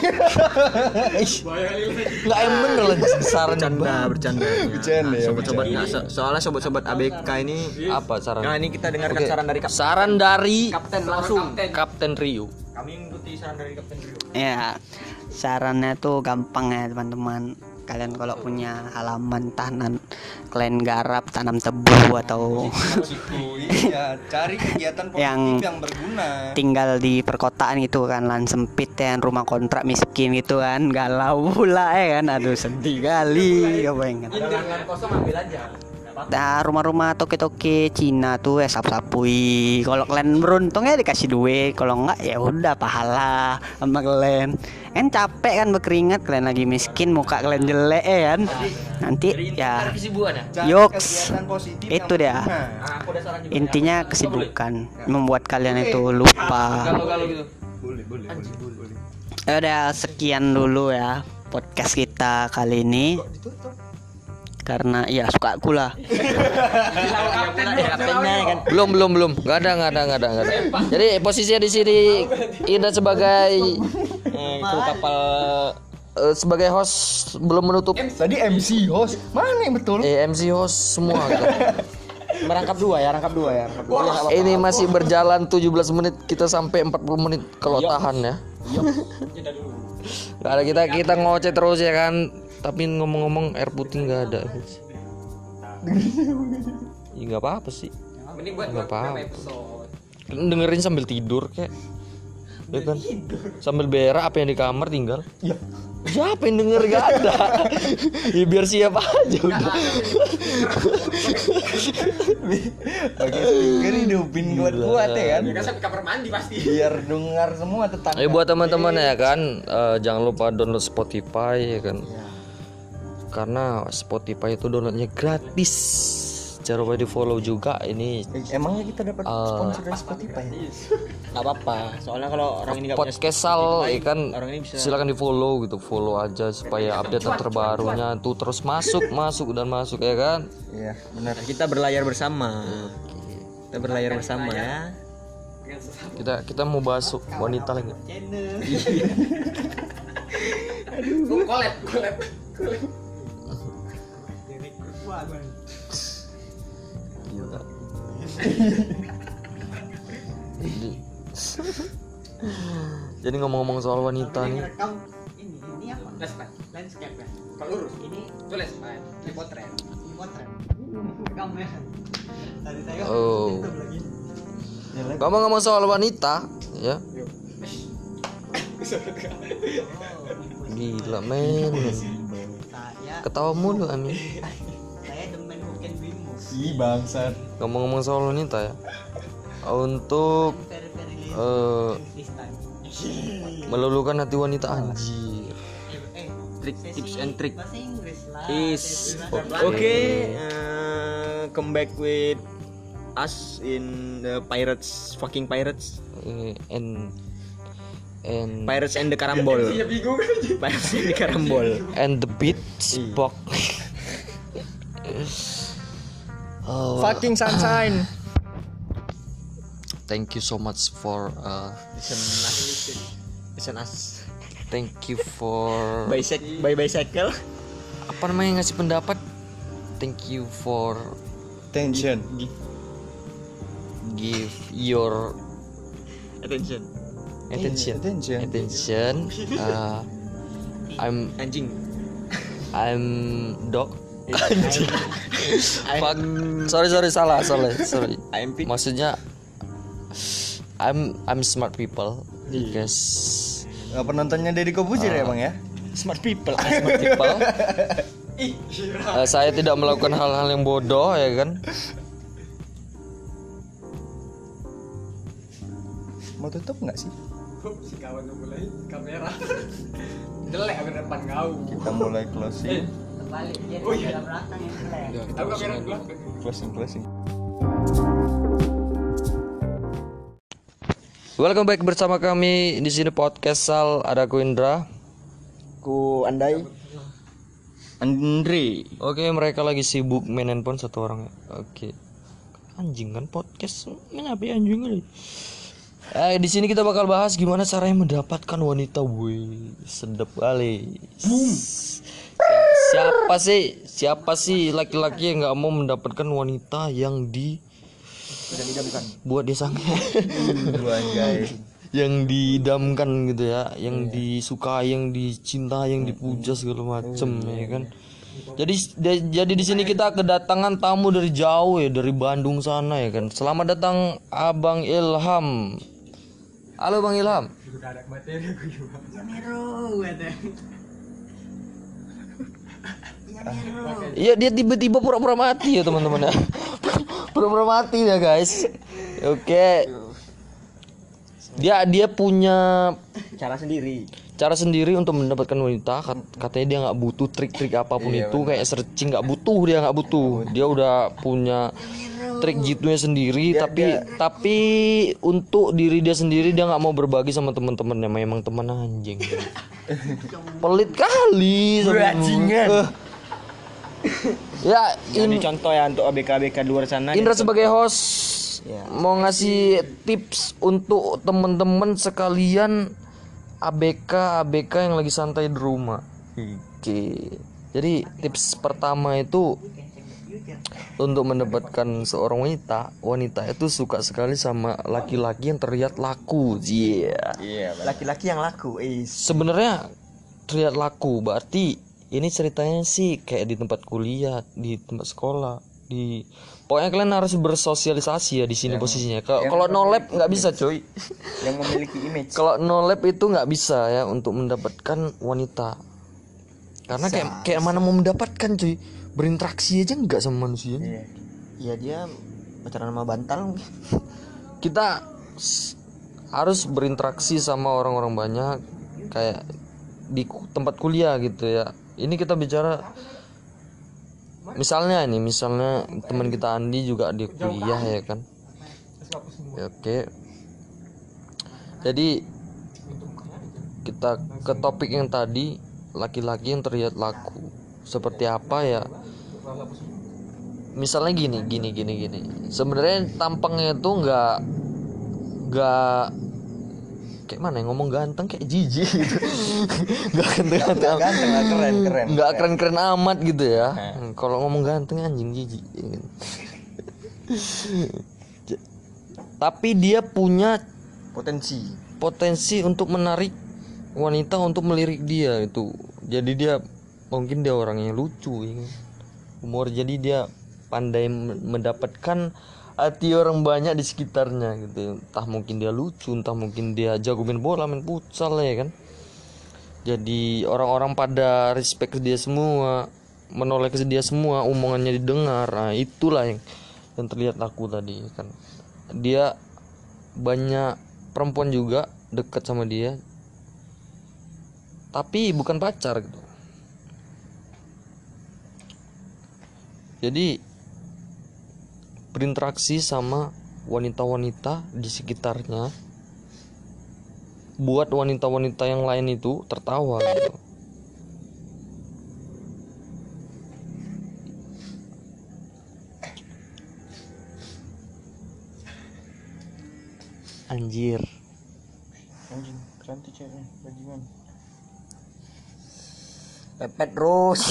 Enggak yang bener lah saran Bercanda, bercanda. Bercanda ya, Sobat-sobat nggak, so- soalnya sobat-sobat A B K ini. apa saran? Nah, ini kita dengarkan Oke. saran dari kapten. Saran dari Kapten langsung. Kapten Rio. Kami mengikuti saran dari Kapten Rio. Ya, sarannya tuh gampang ya teman-teman. Kalian kalau punya halaman tanan, kalian garap tanam tebu atau Iya, cari kegiatan positif Yang- yang, berguna. tinggal di perkotaan gitu kan, lan sempit ya, rumah kontrak miskin gitu kan, galau pula ya kan, aduh sedih kali gak bayangin. Dengan kosong ambil aja. Nah, rumah-rumah toke-toke Cina tuh ya sapu-sapui. Kalau kalian beruntung ya dikasih duit, kalau enggak ya udah pahala sama kalian. Kan capek kan berkeringat, kalian lagi miskin, muka kalian jelek ya kan. Nanti ya Kesibukan ya? Cari Yoks. kegiatan positif yang Itu dia. berguna. Aku udah saran juga. Intinya kesibukan membuat kalian itu lupa. Kalau gitu. Boleh, boleh, boleh, boleh. Ya udah, sekian dulu ya podcast kita kali ini. Karena ya suka aku lah. Kaptennya ya kan. Belum belum belum. Enggak ada enggak ada enggak ada enggak ada. Jadi posisinya di sini Ida sebagai Eh, kru kapal eh, sebagai host belum menutup Tadi M C host, mana yang betul? eh, M C host semua gitu. merangkap dua ya, rangkap dua ya. Rangkap dua. Ya, nggak apa-apa. Ini masih berjalan tujuh belas menit, kita sampai empat puluh menit kalau tahan ya. Gak ada, kita kita ngoceh terus ya kan. Tapi ngomong-ngomong air putih nggak ada. Ya nggak apa-apa sih. Mending buat Nggak beberapa apa-apa. episode. Kalian dengerin sambil tidur kayak. Ya kan? Sambil berak apa yang di kamar tinggal. Iya. Siapa yang denger gak ada. Ya biar siapa aja udah. Pakai speaker hidupin kuat-kuat ya kan. Kan sampai kamar mandi pasti. Biar dengar semua tetangga. Eh buat teman-teman ya kan, eh, jangan lupa download Spotify ya kan. Karena Spotify itu downloadnya gratis. Jangan lupa di follow juga ini Eh, emangnya kita dapat Eh, sponsor dari Spotify ya? Nggak apa-apa. Soalnya kalau orang ini nggak punya podcast Sal ya kan, orang ini bisa- silakan di follow gitu, follow aja supaya update terbarunya tuh terus masuk masuk dan masuk ya kan. Iya, benar. kita berlayar bersama. Kita berlayar bersama ya. Kita kita mau bahas wanita lagi. Oh, collab, collab. Gila. Jadi, jadi ngomong-ngomong soal wanita nih, Rekam ini, ini apa? Landscape, landscape ya. Kalau lurus, ini tulis, Pak. Ini potret. Ini potret. Rekam ya. Tadi saya oh, ngomong-ngomong soal wanita, ya. Gila men, Saya ketawa mulu Amin. saya demen Hoken Bimo. Ih, bangsat. Ngomong-ngomong soal wanita ya, untuk Very-very eh, this time. meluluhkan hati wanita anjir. Eh, Trik, tips and trick bahasa Inggris lah. is oke. eh, come back with us in the pirates, fucking pirates, Eh, and and pirates and the karambol. Pirates and the karambol. and the beat box. Oh, Fucking sunshine. thank you so much for uh, Listen us, listen us. thank you for Bicycle, by bicycle. apa namanya ngasih pendapat. Thank you for Tension. give your Attention. attention. Attention. Attention. Uh, I'm Anjing. I'm dog. Fuck. Sorry sorry salah sorry sorry. I'm pig. Maksudnya I'm I'm smart people because Nggak penontonnya Deddy Kobuzier ya bang ya? Smart people. smart people. Uh, saya tidak melakukan hal-hal yang bodoh ya kan. Mau tutup nggak sih? Si kawan mulai kamera. Jelek ke depan kau. Kita mulai closing. Terbalik dia di belakang yang jelek. Ya, kita Aku closing kamera aja. belakang. Closing closing. Welcome back bersama kami di sini podcast Sal, ada aku Indra. Ku andai. Andre. Oke, mereka lagi sibuk main handphone satu orang ya. Oke. Anjing kan podcast kenapa ya anjing kali? Eh di sini kita bakal bahas gimana caranya mendapatkan wanita, woi. Sedap kali. Si- Siapa sih? Siapa sih laki-laki yang nggak mau mendapatkan wanita yang di buat dia sange? Anjay. Yang didamkan gitu ya, yang disukai, yang dicinta, yang dipuja segala macem ya kan. Jadi de- jadi di sini kita kedatangan tamu dari jauh ya, dari Bandung sana ya kan. Selamat datang Abang Ilham. Halo Bang Ilham. Udah ada materi aku juga. Ya Miro kata. Iya dia tiba-tiba pura-pura mati ya teman-teman ya. Pura-pura mati ya guys. Oke. Dia dia punya Cara sendiri. cara sendiri untuk mendapatkan wanita. Kat- katanya dia nggak butuh trik-trik apapun itu, kayak searching nggak butuh, dia nggak butuh. Dia udah punya trik jitunya sendiri, tapi tapi untuk diri dia sendiri dia nggak mau berbagi sama teman-temannya. Memang teman anjing. Pelit kali. Bajingan. Eh. Ya, Ini in, contoh ya untuk A B K A B K luar sana. Indra sebagai host Ya. mau ngasih tips untuk teman-teman sekalian A B K A B K yang lagi santai di rumah. Oke. Jadi tips pertama itu untuk mendapatkan seorang wanita, wanita itu suka sekali sama laki-laki yang terlihat laku. Iya. Iya. Laki-laki yang laku. Eh, Sebenarnya terlihat laku berarti ini ceritanya sih kayak di tempat kuliah, di tempat sekolah, di pokoknya kalian harus bersosialisasi ya di sini posisinya. Kalau kalau no lab nggak bisa coy. yang memiliki image. Kalau no lab itu nggak bisa ya untuk mendapatkan wanita. Karena kayak kayak mana mau mendapatkan cuy, berinteraksi aja nggak sama manusia. Iya. Iya dia pacaran sama bantal. Kita s- harus berinteraksi sama orang-orang banyak kayak di ku- tempat kuliah gitu ya. Ini kita bicara misalnya nih, misalnya teman kita Andi juga di kuliah ya kan. Ya, oke. Jadi kita ke topik yang tadi, laki-laki yang terlihat laku. Seperti apa ya? Misalnya gini, gini, gini, gini. Sebenarnya tampangnya itu nggak nggak kayak mana ya, ngomong ganteng kayak jijik gitu. Nggak ganteng-ganteng. Ganteng lah, keren keren. Nggak keren-keren amat gitu ya. Hmm, Kalau ngomong ganteng anjing jijik. J- Tapi dia punya Potensi. potensi untuk menarik wanita untuk melirik dia itu. Jadi dia mungkin dia orangnya lucu ya kan? Humor, jadi dia pandai m- mendapatkan hati orang banyak di sekitarnya gitu. Entah mungkin dia lucu, entah mungkin dia jago main bola, main futsal ya kan. Jadi orang-orang pada respect ke dia semua, menoleh ke dia semua, omongannya didengar. Nah, itulah yang yang terlihat laku tadi kan. Dia banyak perempuan juga dekat sama dia. Tapi bukan pacar gitu. Jadi berinteraksi sama wanita-wanita di sekitarnya, buat wanita-wanita yang lain itu tertawa gitu. Anjir. Anjing, keren tuh cewek, bajingan. Pepet terus.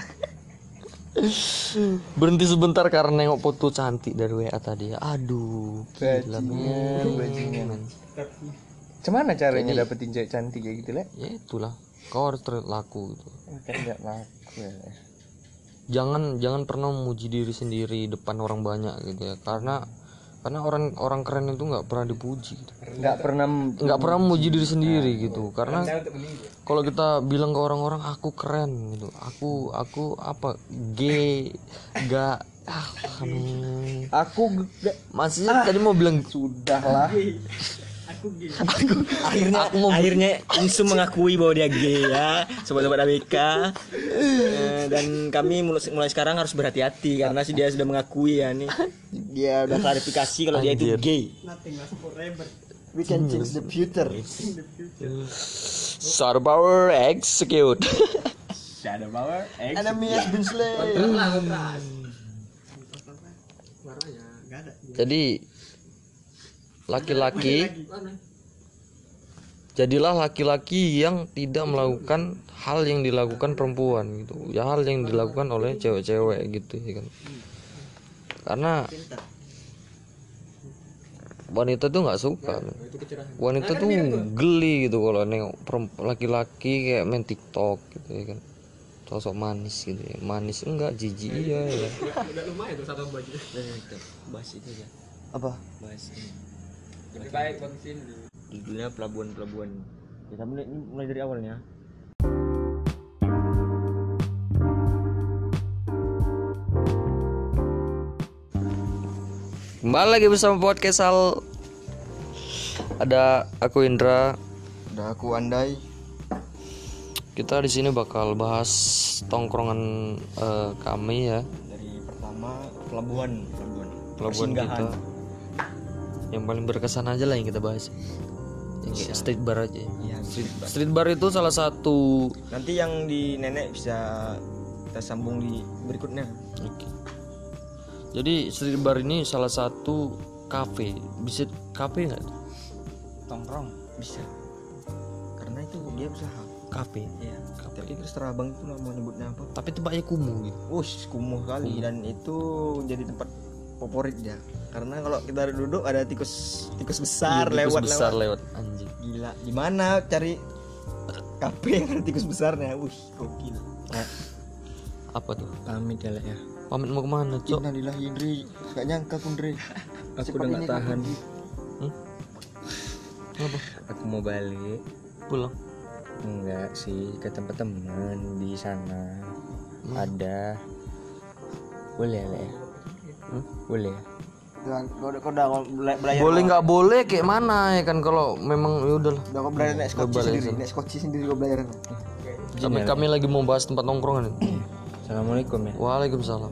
Berhenti sebentar karena nengok foto cantik dari W A tadi. Aduh, gila men. Bajingan. Gimana caranya dapetin cewek cantik kayak gitu lah? Ya itulah, kau harus terlihat laku gitu. Kan enggak laku ya. Jangan jangan pernah memuji diri sendiri depan orang banyak gitu ya. Karena karena orang orang keren itu nggak pernah dipuji gitu. Nggak pernah Nggak pernah memuji diri sendiri gitu. Karena kalau kita bilang ke orang-orang aku keren gitu, aku aku apa G gak ah aduh. aku gak Masih tadi mau bilang sudah lah. akhirnya Aku mau- akhirnya Insum mengakui bahwa dia gay ya, sobat-sobat A B K. Eh, dan kami mulai, mulai sekarang harus berhati-hati karena sih dia sudah mengakui ya nih. Dia udah klarifikasi kalau dia itu Anjir. gay. Nothing lasts forever. We can change the future. Star Power execute. Shadow power. Enemy has been slain. Suaranya enggak ada. Jadi laki-laki jadilah laki-laki yang tidak melakukan hal yang dilakukan perempuan gitu. Ya hal yang dilakukan oleh cewek-cewek gitu ya kan. Karena wanita tuh nggak suka. Wanita tuh geli gitu kalau nengok peremp- laki-laki kayak main TikTok gitu ya kan. Sosok manis gitu ya. Manis enggak, jijik iya ya. Udah lumayan tuh satu baju. Bahas itu ya. Apa? Bahas ini. Lebih baik buat sini. Judulnya pelabuhan-pelabuhan. Kita mulai ini mulai dari awalnya. Kembali lagi bersama podcast Sal. Ada aku Indra. Udah aku andai. Kita di sini bakal bahas tongkrongan eh, kami ya, Dari pertama pelabuhan, pelabuhan. pelabuhan kita. Persinggahan. Yang paling berkesan aja lah yang kita bahas. Yang kayak street bar aja. Iya, street bar. Street bar itu salah satu. Nanti yang di nenek bisa kita sambung di berikutnya. Oke. Jadi street bar ini salah satu kafe. Bisa kafe nggak? Tongkrong bisa. Karena itu dia usaha. Kafe. Iya. Tapi terserah abang itu lah mau nyebutnya apa. Tapi tempatnya kumuh gitu. Ush, kumuh kali dan itu jadi tempat favorit ya. Karena kalau kita duduk ada tikus tikus besar Iya, tikus lewat besar lewat. lewat anjing. Gila. Gimana cari kafe yang ada tikus besarnya? Wih, gokil. Apa tuh? Pamit ya, Lek, ya. Pamit mau kemana, Cok? Innalillahi Indri. Gak nyangka aku Indri. Aku udah nggak tahan. Hmm? Apa? Aku mau balik. Pulang. Enggak sih, ke tempat teman di sana. Hmm. Ada. Boleh ya, Lek, ya? Hmm? Boleh ya? Kau udah kau udah belajar. Boleh nggak boleh kayak mana ya kan kalau memang ya udahlah. Udah kau belajar naik skoci Belajar sendiri. sana. Naik skoci sendiri kau belajar. Kami kami lagi mau bahas tempat nongkrongan ini. Assalamualaikum ya. Waalaikumsalam.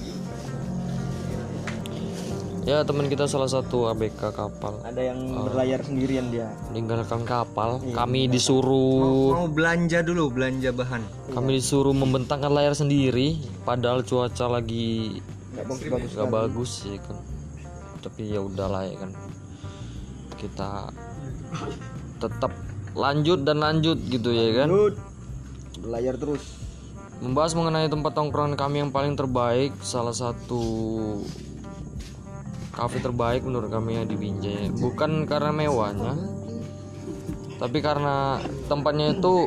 Ya teman kita salah satu A B K kapal Ada yang berlayar sendirian dia. meninggalkan kapal. Kami disuruh Mau belanja dulu, belanja bahan. kami disuruh membentangkan layar sendiri. Padahal cuaca lagi Gak bagus-bagus. nggak bagus sih kan. Tapi ya udahlah ya kan. Kita tetap lanjut dan lanjut gitu ya kan. Berlayar terus. Membahas mengenai tempat tongkrongan kami yang paling terbaik, salah satu kafe terbaik menurut kami ya di Binjai. Bukan karena mewahnya, tapi karena tempatnya itu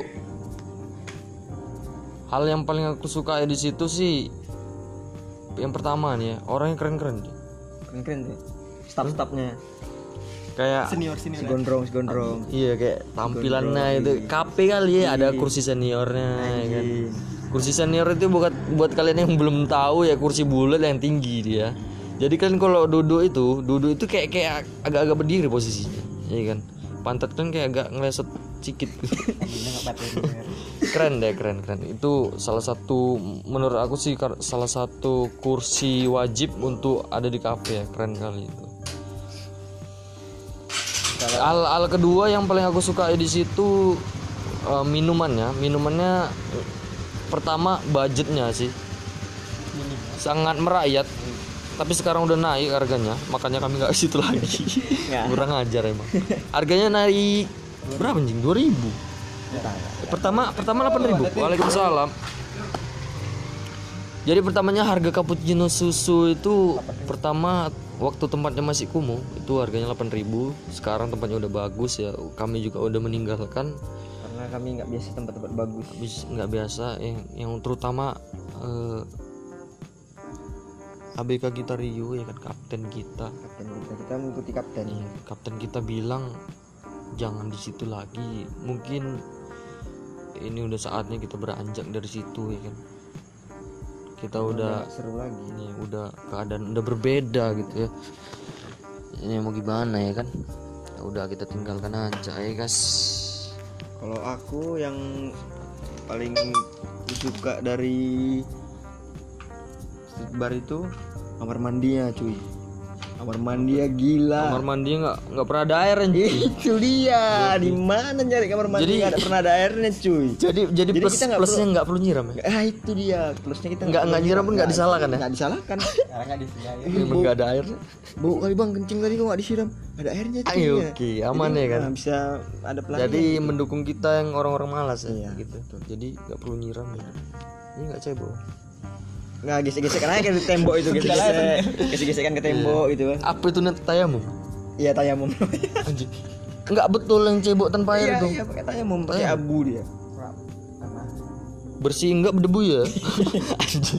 hal yang paling aku suka ya di situ sih. Yang pertama nih ya, orangnya keren-keren. Keren-keren tuh. Staff-staffnya. Kayak Senior senior. Si gondrong, si gondrong. iya kayak tampilannya itu kafe kali ya, ada kursi seniornya ya kan. Kursi senior itu buat buat kalian yang belum tahu ya, kursi bulat yang tinggi dia. Jadi kan kalau duduk itu, duduk itu kayak kayak agak-agak berdiri posisinya, ya kan. Pantat kan kayak agak ngeleset sedikit. Keren deh, keren keren. Itu salah satu menurut aku sih kar- salah satu kursi wajib untuk ada di kafe ya, keren kali itu. Al al kedua yang paling aku suka di situ eh, minumannya, minumannya eh, pertama budgetnya sih sangat merayat, tapi sekarang udah naik harganya, makanya kami nggak ke situ lagi. Kurang ajar emang. Harganya naik berapa anjing? dua ribu Pertama pertama delapan ribu. Waalaikumsalam. Jadi pertamanya harga cappuccino susu itu pertama waktu tempatnya masih kumuh itu harganya delapan ribu. Sekarang tempatnya udah bagus ya. Kami juga udah meninggalkan Karena kami nggak biasa tempat-tempat bagus. habis nggak biasa yang yang terutama eh, A B K kita Rio ya kan, kapten kita. Kapten kita, kita mengikuti kapten. Iya, kapten kita bilang jangan di situ lagi. Mungkin ini udah saatnya kita beranjak dari situ ya kan. Kita udah Nggak seru lagi. ini udah keadaan udah berbeda gitu ya. Ini mau gimana ya kan? Ya udah kita tinggalkan aja ya guys. Kalau aku yang paling suka dari street bar itu kamar mandinya cuy. Kamar mandinya gila. Kamar mandi nggak nggak pernah ada air anjing. Itu dia. Di mana nyari kamar mandi Jadi- nggak ada pernah ada airnya cuy. Jadi jadi, Jadi plus kita nggak plusnya nggak perlu nyiram ya. Ah itu dia plusnya kita Nggak- nggak nyiram pun nggak disalahkan ya? Nggak disalahkan. Karena nggak disediain. Emang nggak ada air. Bau kali bang kencing tadi kok nggak disiram. Ada airnya cuy. Ayo, ya. oke, aman Jadi, ya kan? nah, bisa ada pelanggan. Jadi mendukung kita yang orang-orang malas ya Iya, gitu. Jadi nggak perlu nyiram ya. Ini nggak cebol. nggak gesek-gesekan aja ke tembok itu gesek-gesek. Gesek-gesekan ke tembok gitu kan. Apa itu net tayamum? Iya tayamum. Anjing. Enggak betul yang cebok tanpa air Iya itu. iya pakai tayamum pakai Tayamum. abu dia. Bersih enggak berdebu ya? Anjing.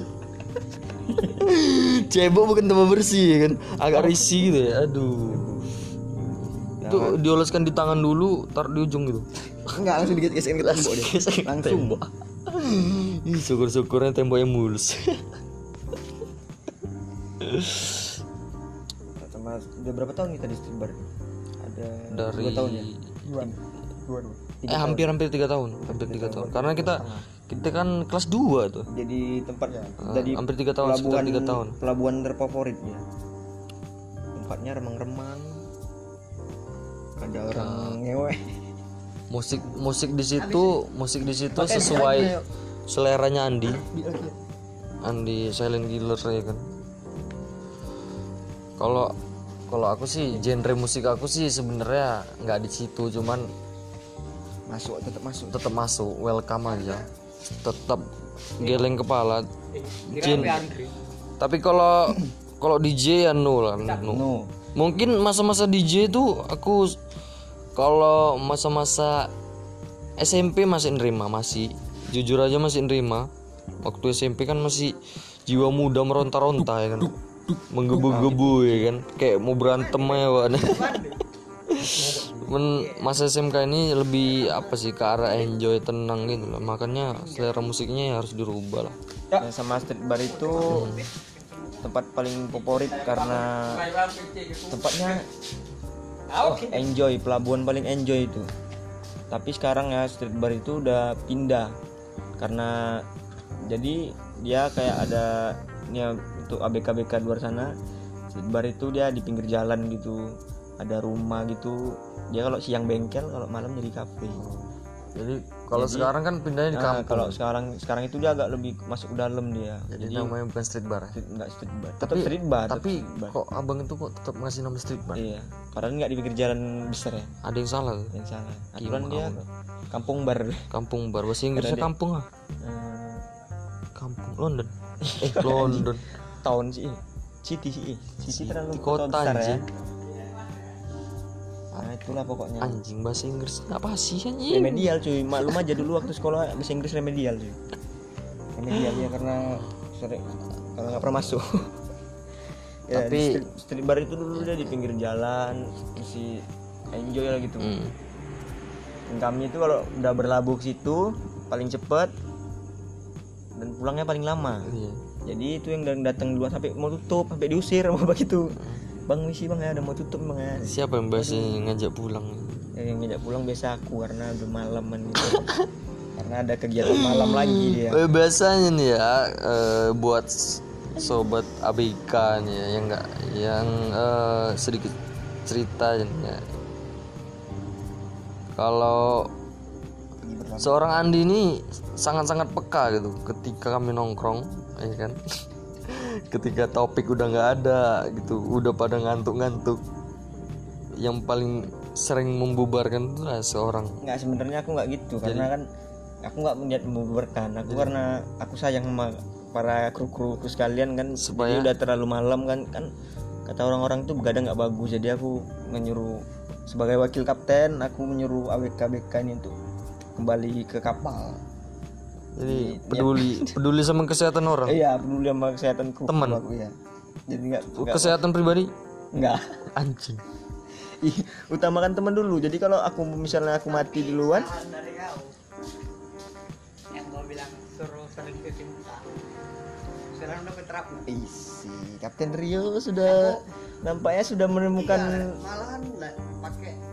Cebok bukan tambah bersih ya kan? Agak risih gitu ya. Aduh. Itu dioleskan di tangan dulu, taruh di ujung gitu. Enggak langsung digesek-gesekan ke tembok dia. Gesekin Langsung. tembok. Ih, syukur-syukurnya temboknya mulus. Sama udah berapa tahun kita di street bar? Ada Dari dua tahun ya. Dua. Dua dua. Tiga eh tahun. hampir-hampir tiga tahun, hampir tiga tahun. Karena kita kita kan kelas dua tuh. Jadi tempat Ah, jadi hampir tiga tahun, sekitar tiga tahun. Pelabuhan terfavorit ya. Tempatnya remang-remang. Ada orang ngewe. Musik musik di situ, musik di situ sesuai seleranya Andi. Andi Silent Killer ya kan. Kalau kalau aku sih genre musik aku sih sebenarnya nggak di situ, cuman Masuk tetap masuk. tetap masuk, welcome aja, tetap geleng kepala. Jin. Tapi kalau kalau D J ya no lah, no. No. Mungkin masa-masa D J itu aku kalau masa-masa S M P masih nerima, masih jujur aja masih nerima. Waktu S M P kan masih jiwa muda meronta-ronta ya kan, menggebu-gebu ya kan, kayak mau berantem aja Pak. Men, masa S M K ini lebih apa sih ke arah enjoy, tenang gitu loh. Makanya selera musiknya ya harus dirubah lah. Nah, sama street bar itu tempat paling favorit karena tempatnya oh, enjoy, pelabuhan paling enjoy itu. Tapi sekarang ya street bar itu udah pindah karena jadi dia kayak ada ini ya, untuk A B K A B K di luar sana. Street bar itu dia di pinggir jalan gitu, ada rumah gitu. Dia kalau siang bengkel, kalau malam jadi kafe. Jadi kalau sekarang kan pindahnya di Nah, kampung. kalau sekarang sekarang itu dia agak lebih masuk ke dalam dia. Jadi, namanya bukan street bar ya? street, enggak street bar. Tetap Tapi street bar. tetap tapi street bar. kok abang itu kok tetap ngasih nama street bar? Iya, padahal nggak di pinggir jalan besar ya, Ada yang salah tuh. yang salah. Aturan Gimana dia Allah. kampung bar. Kampung bar, bahasa Inggrisnya Karena dia- kampung ah. Eh, Kampung London. Eh London. tahun sih, city sih, city terlalu Di kota besar ya. anjing. Nah itulah pokoknya. Anjing bahasa Inggris apa sih anjing? Remedial cuy, maklum aja dulu waktu sekolah bahasa Inggris remedial cuy. Remedial ya karena sering karena nggak pernah masuk. Ya, Tapi- di street, street bar itu dulu dia di pinggir jalan, masih enjoy lah gitu. Hmm. Dan kami itu kalau udah berlabuh ke situ paling cepet dan pulangnya paling lama. Iya. Jadi itu yang datang- datang duluan sampai mau tutup, sampai diusir sama bapak itu. Bang misi bang ya udah mau tutup bang ya. Siapa yang biasanya ngajak pulang? Ya, yang ngajak pulang biasa aku karena udah malaman gitu. Karena ada kegiatan malam lagi dia. Eh, biasanya nih ya eh, buat s- sobat A B K nih ya, yang enggak yang eh, sedikit cerita nih ya. Kalau seorang Andi ini sangat-sangat peka gitu ketika kami nongkrong, ya kan? Ketika topik udah nggak ada gitu, udah pada ngantuk-ngantuk. Yang paling sering membubarkan tuh lah seorang. Nggak, sebenarnya aku nggak gitu. Karena kan aku nggak niat membubarkan. Aku Jadi- karena aku sayang sama para kru-kru sekalian kan. Supaya- Jadi udah terlalu malam kan. Kan kata orang-orang tuh begadang nggak bagus. Jadi aku menyuruh sebagai wakil kapten, aku menyuruh A W K B K ini untuk kembali ke kapal. Jadi peduli peduli sama kesehatan orang. Iya, peduli sama kesehatan kru. Teman. Aku ya. Jadi nggak nggak- Kesehatan pribadi nggak. anjing. Ih, utamakan teman dulu. Jadi kalau aku misalnya aku mati duluan, Saran dari kau yang kau bilang suruh sering ke cinta sekarang udah keterapkan. isi Kapten Rio sudah nampaknya sudah menemukan Iya, malahan lah pakai